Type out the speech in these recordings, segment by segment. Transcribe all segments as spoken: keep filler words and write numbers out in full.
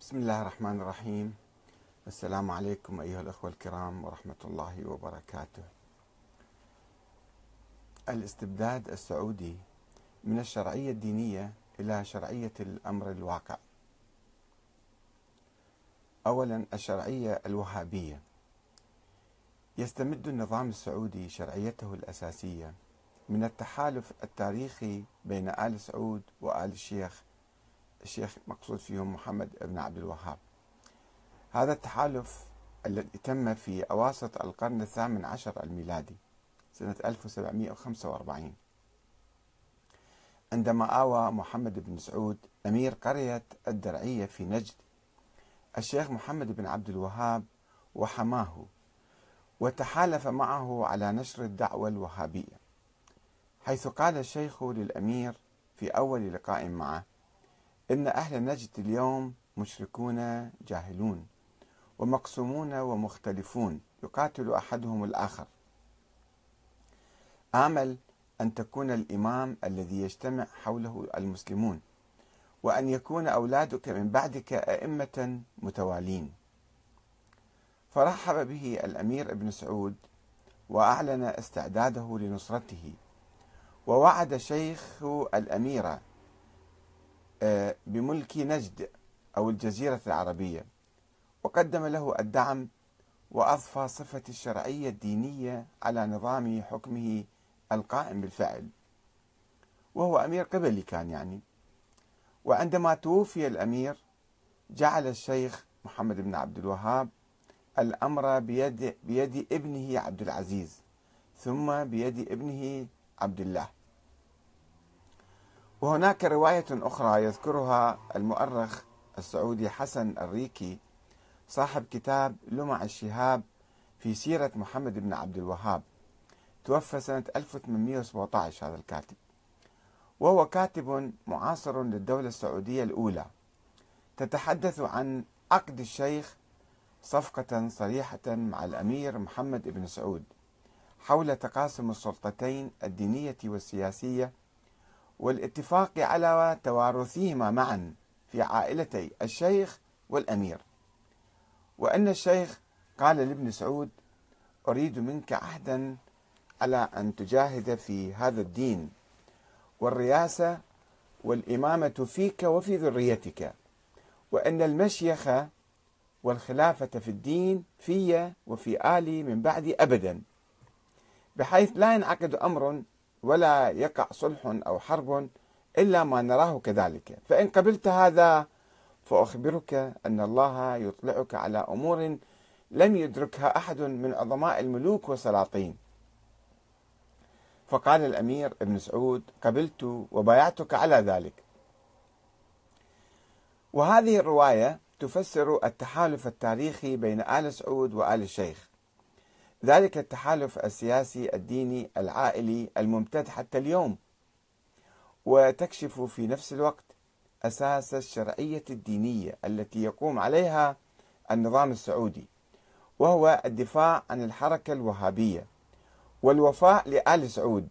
بسم الله الرحمن الرحيم. السلام عليكم أيها الأخوة الكرام ورحمة الله وبركاته. الاستبداد السعودي من الشرعية الدينية إلى شرعية الأمر الواقع. أولا، الشرعية الوهابية. يستمد النظام السعودي شرعيته الأساسية من التحالف التاريخي بين آل سعود وآل الشيخ الشيخ مقصود فيهم محمد بن عبد الوهاب. هذا التحالف الذي تم في أواسط القرن الثامن عشر الميلادي سنة ألف وسبعمئة وخمسة وأربعين، عندما آوى محمد بن سعود أمير قرية الدرعية في نجد الشيخ محمد بن عبد الوهاب وحماه، وتحالف معه على نشر الدعوة الوهابية، حيث قال الشيخ للأمير في أول لقاء معه: إن أهل نجد اليوم مشركون جاهلون ومقسومون ومختلفون، يقاتل أحدهم الآخر. آمل أن تكون الإمام الذي يجتمع حوله المسلمون، وأن يكون أولادك من بعدك أئمة متوالين. فرحب به الأمير ابن سعود وأعلن استعداده لنصرته، ووعد شيخ الأمير بملك نجد أو الجزيرة العربية، وقدم له الدعم وأضفى صفة الشرعية الدينية على نظام حكمه القائم بالفعل، وهو أمير قبلي كان يعني. وعندما توفي الأمير جعل الشيخ محمد بن عبد الوهاب الأمر بيد, بيد ابنه عبد العزيز، ثم بيد ابنه عبد الله. وهناك رواية أخرى يذكرها المؤرخ السعودي حسن الريكي صاحب كتاب لمع الشهاب في سيرة محمد بن عبد الوهاب، توفى سنة ألف وثمانمئة وسبعة عشر هذا الكاتب، وهو كاتب معاصر للدولة السعودية الأولى، تتحدث عن عقد الشيخ صفقة صريحة مع الأمير محمد بن سعود حول تقاسم السلطتين الدينية والسياسية، والاتفاق على توارثهما معا في عائلتي الشيخ والأمير. وأن الشيخ قال لابن سعود: أريد منك عهدا على أن تجاهد في هذا الدين، والرياسة والإمامة فيك وفي ذريتك، وأن المشيخة والخلافة في الدين في وفي آلي من بعدي أبدا، بحيث لا ينعقد أمر ولا يقع صلح أو حرب إلا ما نراه كذلك. فإن قبلت هذا فأخبرك أن الله يطلعك على أمور لم يدركها أحد من عظماء الملوك والسلاطين. فقال الأمير ابن سعود: قبلت وبايعتك على ذلك. وهذه الرواية تفسر التحالف التاريخي بين آل سعود وآل الشيخ، ذلك التحالف السياسي الديني العائلي الممتد حتى اليوم، وتكشف في نفس الوقت أساس الشرعية الدينية التي يقوم عليها النظام السعودي، وهو الدفاع عن الحركة الوهابية والوفاء لآل سعود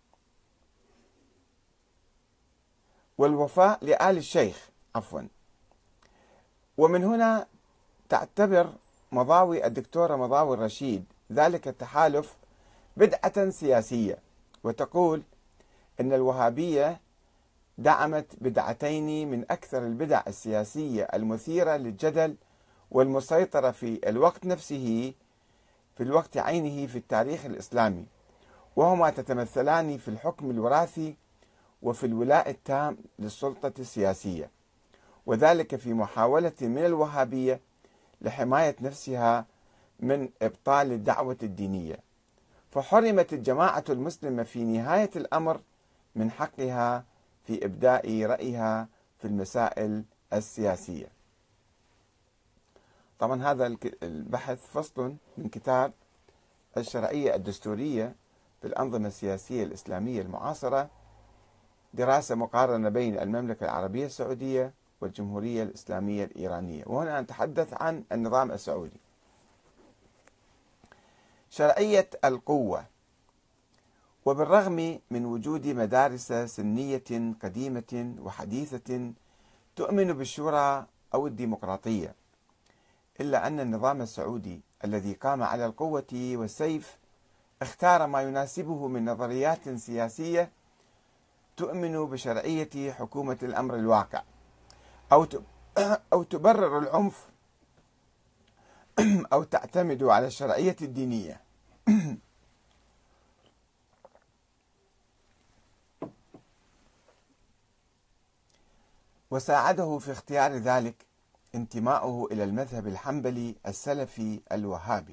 والوفاء لآل الشيخ عفوا. ومن هنا تعتبر مضاوي الدكتورة مضاوي الرشيد ذلك التحالف بدعة سياسية، وتقول إن الوهابية دعمت بدعتين من أكثر البدع السياسية المثيرة للجدل والمسيطرة في الوقت نفسه في الوقت عينه في التاريخ الإسلامي، وهما تتمثلان في الحكم الوراثي وفي الولاء التام للسلطة السياسية، وذلك في محاولة من الوهابية لحماية نفسها من إبطال الدعوة الدينية. فحرمت الجماعة المسلمة في نهاية الأمر من حقها في إبداء رأيها في المسائل السياسية. طبعا هذا البحث فصل من كتاب الشرعية الدستورية في الأنظمة السياسية الإسلامية المعاصرة، دراسة مقارنة بين المملكة العربية السعودية والجمهورية الإسلامية الإيرانية. وهنا نتحدث عن النظام السعودي. شرعية القوة. وبالرغم من وجود مدارس سنية قديمة وحديثة تؤمن بالشورى أو الديمقراطية، إلا أن النظام السعودي الذي قام على القوة والسيف اختار ما يناسبه من نظريات سياسية تؤمن بشرعية حكومة الأمر الواقع، أو أو تبرر العنف، أو تعتمد على الشرعية الدينية. وساعده في اختيار ذلك انتماؤه إلى المذهب الحنبلي السلفي الوهابي.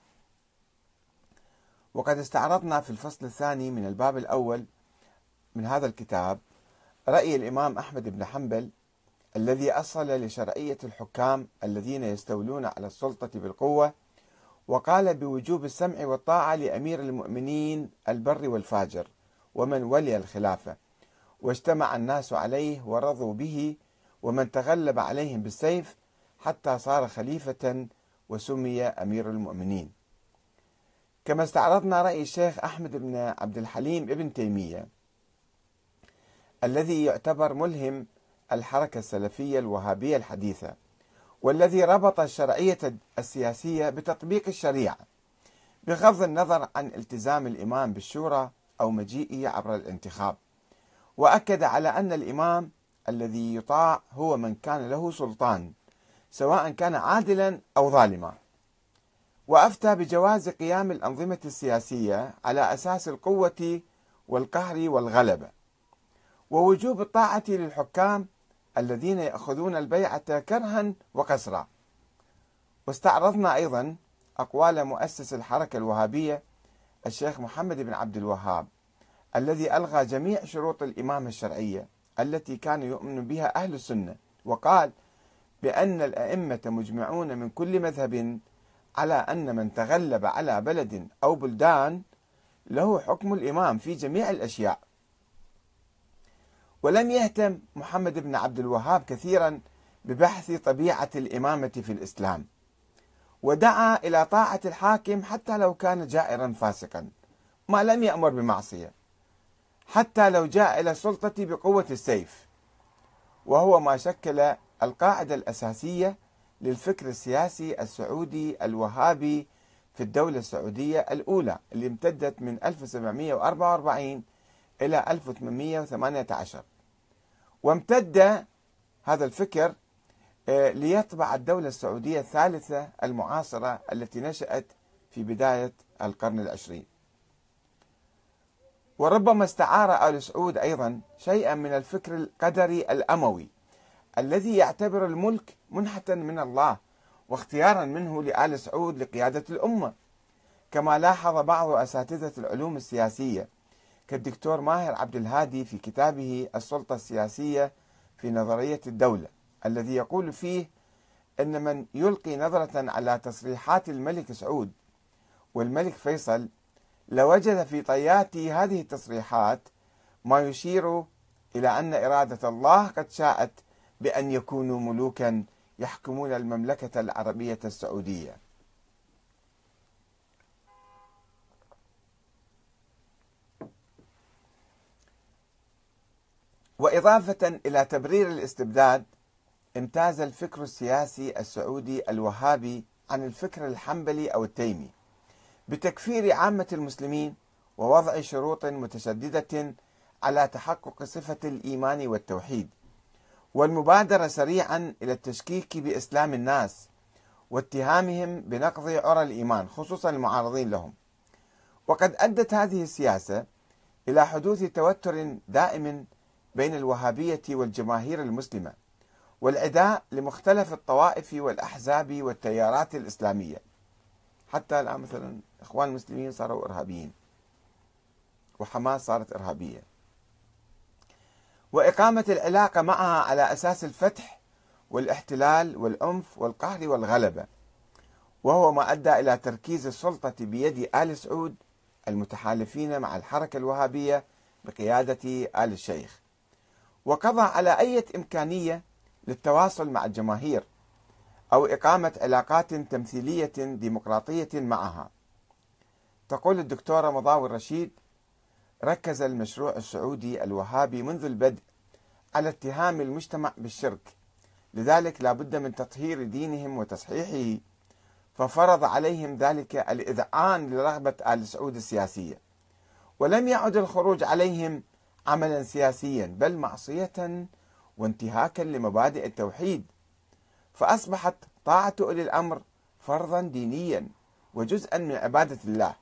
وقد استعرضنا في الفصل الثاني من الباب الأول من هذا الكتاب رأي الإمام أحمد بن حنبل الذي أصل لشرعية الحكام الذين يستولون على السلطة بالقوة، وقال بوجوب السمع والطاعة لأمير المؤمنين البر والفاجر ومن ولي الخلافة، واجتمع الناس عليه ورضوا به، ومن تغلب عليهم بالسيف حتى صار خليفة وسمي أمير المؤمنين. كما استعرضنا رأي الشيخ أحمد بن عبد الحليم ابن تيمية الذي يعتبر ملهم الحركة السلفية الوهابية الحديثة، والذي ربط الشرعية السياسية بتطبيق الشريعة بغض النظر عن التزام الإمام بالشورى أو مجيئه عبر الانتخاب، وأكد على أن الإمام الذي يطاع هو من كان له سلطان سواء كان عادلا أو ظالما، وأفتى بجواز قيام الأنظمة السياسية على أساس القوة والقهر والغلبة، ووجوب الطاعة للحكام الذين يأخذون البيعة كرها وكسرا. واستعرضنا أيضا أقوال مؤسس الحركة الوهابية الشيخ محمد بن عبد الوهاب الذي ألغى جميع شروط الإمامة الشرعية التي كان يؤمن بها أهل السنة، وقال بأن الأئمة مجمعون من كل مذهب على أن من تغلب على بلد أو بلدان له حكم الإمام في جميع الأشياء. ولم يهتم محمد بن عبد الوهاب كثيرا ببحث طبيعة الإمامة في الإسلام، ودعا إلى طاعة الحاكم حتى لو كان جائرا فاسقا ما لم يأمر بمعصية، حتى لو جاء إلى السلطة بقوة السيف، وهو ما شكل القاعدة الأساسية للفكر السياسي السعودي الوهابي في الدولة السعودية الأولى اللي امتدت من ألف وسبعمئة وأربعة وأربعين إلى ألف وثمانمئة وثمانية عشر، وامتد هذا الفكر ليطبع الدولة السعودية الثالثة المعاصرة التي نشأت في بداية القرن العشرين. وربما استعار آل سعود أيضا شيئا من الفكر القدري الأموي الذي يعتبر الملك منحة من الله واختيارا منه لآل سعود لقيادة الأمة، كما لاحظ بعض أساتذة العلوم السياسية كالدكتور ماهر عبد الهادي في كتابه السلطة السياسية في نظرية الدولة، الذي يقول فيه أن من يلقي نظرة على تصريحات الملك سعود والملك فيصل لوجد في طيات هذه التصريحات ما يشير إلى أن إرادة الله قد شاءت بأن يكونوا ملوكا يحكمون المملكة العربية السعودية. وإضافة إلى تبرير الاستبداد، امتاز الفكر السياسي السعودي الوهابي عن الفكر الحنبلي أو التيمي بتكفير عامة المسلمين ووضع شروط متشددة على تحقق صفة الإيمان والتوحيد، والمبادرة سريعا إلى التشكيك بإسلام الناس واتهامهم بنقض عرى الإيمان خصوصا المعارضين لهم. وقد أدت هذه السياسة إلى حدوث توتر دائم بين الوهابية والجماهير المسلمة والعداء لمختلف الطوائف والأحزاب والتيارات الإسلامية، حتى الآن مثلا إخوان المسلمين صاروا إرهابيين وحماس صارت إرهابية، وإقامة العلاقة معها على أساس الفتح والاحتلال والعنف والقهر والغلبة، وهو ما أدى إلى تركيز السلطة بيد آل سعود المتحالفين مع الحركة الوهابية بقيادة آل الشيخ، وقضى على أي إمكانية للتواصل مع الجماهير أو إقامة علاقات تمثيلية ديمقراطية معها. تقول الدكتورة مضاوي الرشيد: ركز المشروع السعودي الوهابي منذ البدء على اتهام المجتمع بالشرك لذلك لا بد من تطهير دينهم وتصحيحه، ففرض عليهم ذلك الإذعان لرغبة آل سعود السياسية، ولم يعد الخروج عليهم عملا سياسيا بل معصية وانتهاكا لمبادئ التوحيد، فأصبحت طاعة أولي الأمر فرضا دينيا وجزءا من عبادة الله.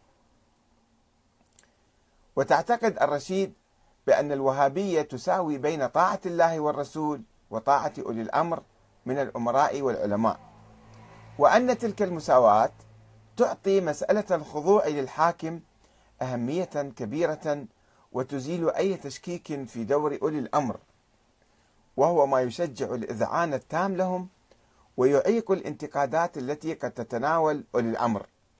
وتعتقد الرشيد بأن الوهابية تساوي بين طاعة الله والرسول وطاعة أولي الأمر من الأمراء والعلماء، وأن تلك المساواة تعطي مسألة الخضوع للحاكم أهمية كبيرة وتزيل أي تشكيك في دور أولي الأمر، وهو ما يشجع الإذعان التام لهم ويعيق الانتقادات التي قد تتناول أولي الأمر.